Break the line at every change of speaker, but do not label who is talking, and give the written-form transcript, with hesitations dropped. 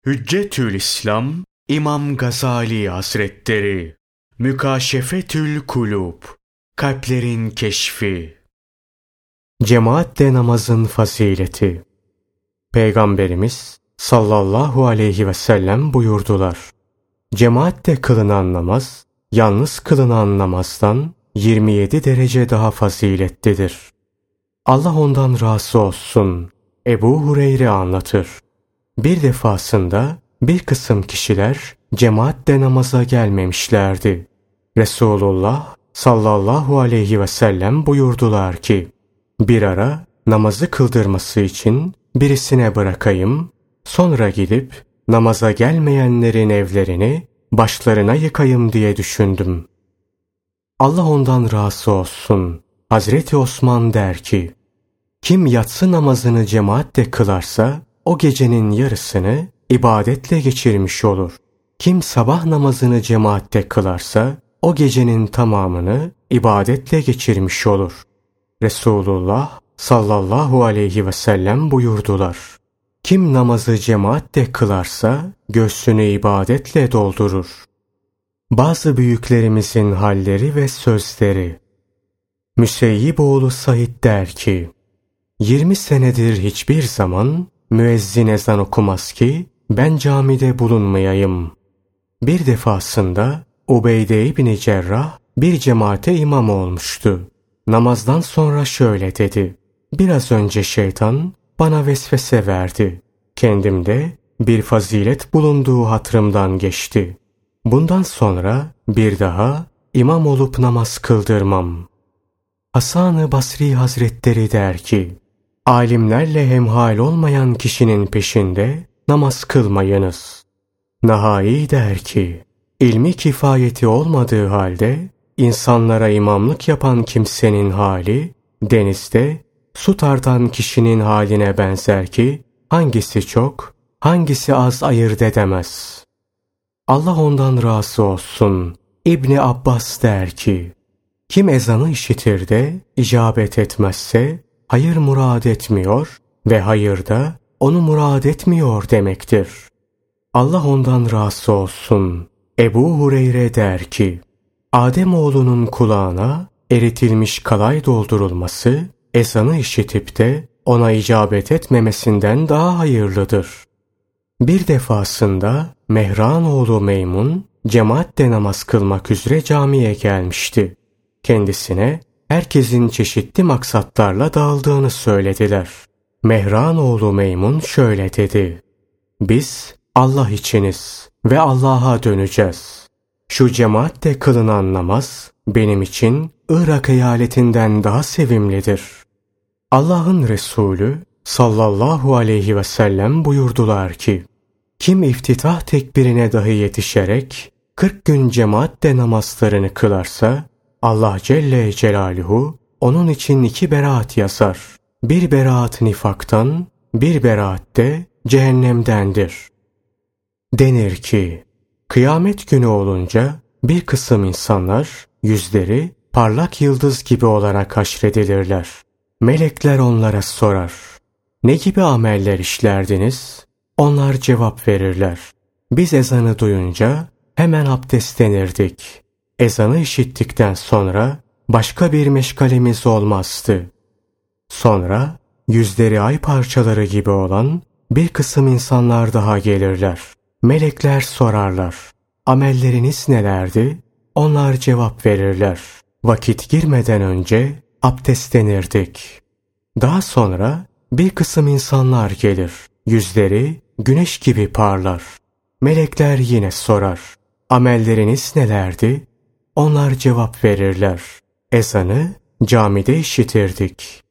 Hüccetül İslam İmam Gazali Hazretleri Mükaşefetül Kulub Kalplerin Keşfi. Cemaatle namazın fazileti. Peygamberimiz sallallahu aleyhi ve sellem buyurdular: Cemaatle kılınan namaz, yalnız kılınan namazdan 27 derece daha faziletlidir. Allah ondan razı olsun. Ebu Hureyre anlatır. Bir defasında bir kısım kişiler cemaatle namaza gelmemişlerdi. Resulullah sallallahu aleyhi ve sellem buyurdular ki, bir ara namazı kıldırması için birisine bırakayım, sonra gidip namaza gelmeyenlerin evlerini başlarına yıkayım diye düşündüm. Allah ondan razı olsun. Hazreti Osman der ki, kim yatsı namazını cemaatle kılarsa o gecenin yarısını ibadetle geçirmiş olur. Kim sabah namazını cemaatle kılarsa o gecenin tamamını ibadetle geçirmiş olur. Resulullah sallallahu aleyhi ve sellem buyurdular: kim namazı cemaatle kılarsa göğsünü ibadetle doldurur. Bazı büyüklerimizin halleri ve sözleri. Müseyyiboğlu Said der ki, 20 senedir hiçbir zaman müezzin ezan okumaz ki ben camide bulunmayayım. Bir defasında Ubeyde İbni Cerrah bir cemaate imam olmuştu. Namazdan sonra şöyle dedi: biraz önce şeytan bana vesvese verdi. Kendimde bir fazilet bulunduğu hatırımdan geçti. Bundan sonra bir daha imam olup namaz kıldırmam. Hasan-ı Basri Hazretleri der ki, alimlerle hemhal olmayan kişinin peşinde namaz kılmayınız. Nahai der ki, ilmi kifayeti olmadığı halde insanlara imamlık yapan kimsenin hali denizde su tartan kişinin haline benzer ki hangisi çok, hangisi az ayırt edemez. Allah ondan razı olsun. İbni Abbas der ki, kim ezanı işitir de icabet etmezse hayır murad etmiyor ve hayır da onu murad etmiyor demektir. Allah ondan razı olsun. Ebu Hureyre der ki, Ademoğlunun kulağına eritilmiş kalay doldurulması ezanı işitip de ona icabet etmemesinden daha hayırlıdır. Bir defasında Mehran oğlu Meymun cemaatle namaz kılmak üzere camiye gelmişti. Kendisine herkesin çeşitli maksatlarla dağıldığını söylediler. Mehran oğlu Meymun şöyle dedi: biz Allah içiniz ve Allah'a döneceğiz. Şu cemaatle kılınan namaz benim için Irak eyaletinden daha sevimlidir. Allah'ın Resulü sallallahu aleyhi ve sellem buyurdular ki, kim iftitah tekbirine dahi yetişerek 40 gün cemaatle namazlarını kılarsa Allah Celle Celaluhu onun için 2 beraat yazar. Bir beraat nifaktan, bir beraat de cehennemdendir. Denir ki, kıyamet günü olunca bir kısım insanlar yüzleri parlak yıldız gibi olarak haşredilirler. Melekler onlara sorar: ne gibi ameller işlerdiniz? Onlar cevap verirler: biz ezanı duyunca hemen abdestlenirdik. Ezanı işittikten sonra başka bir meşgalemiz olmazdı. Sonra yüzleri ay parçaları gibi olan bir kısım insanlar daha gelirler. Melekler sorarlar: amelleriniz nelerdi? Onlar cevap verirler: vakit girmeden önce abdestlenirdik. Daha sonra bir kısım insanlar gelir. Yüzleri güneş gibi parlar. Melekler yine sorar: amelleriniz nelerdi? Onlar cevap verirler: ezanı camide işitirdik.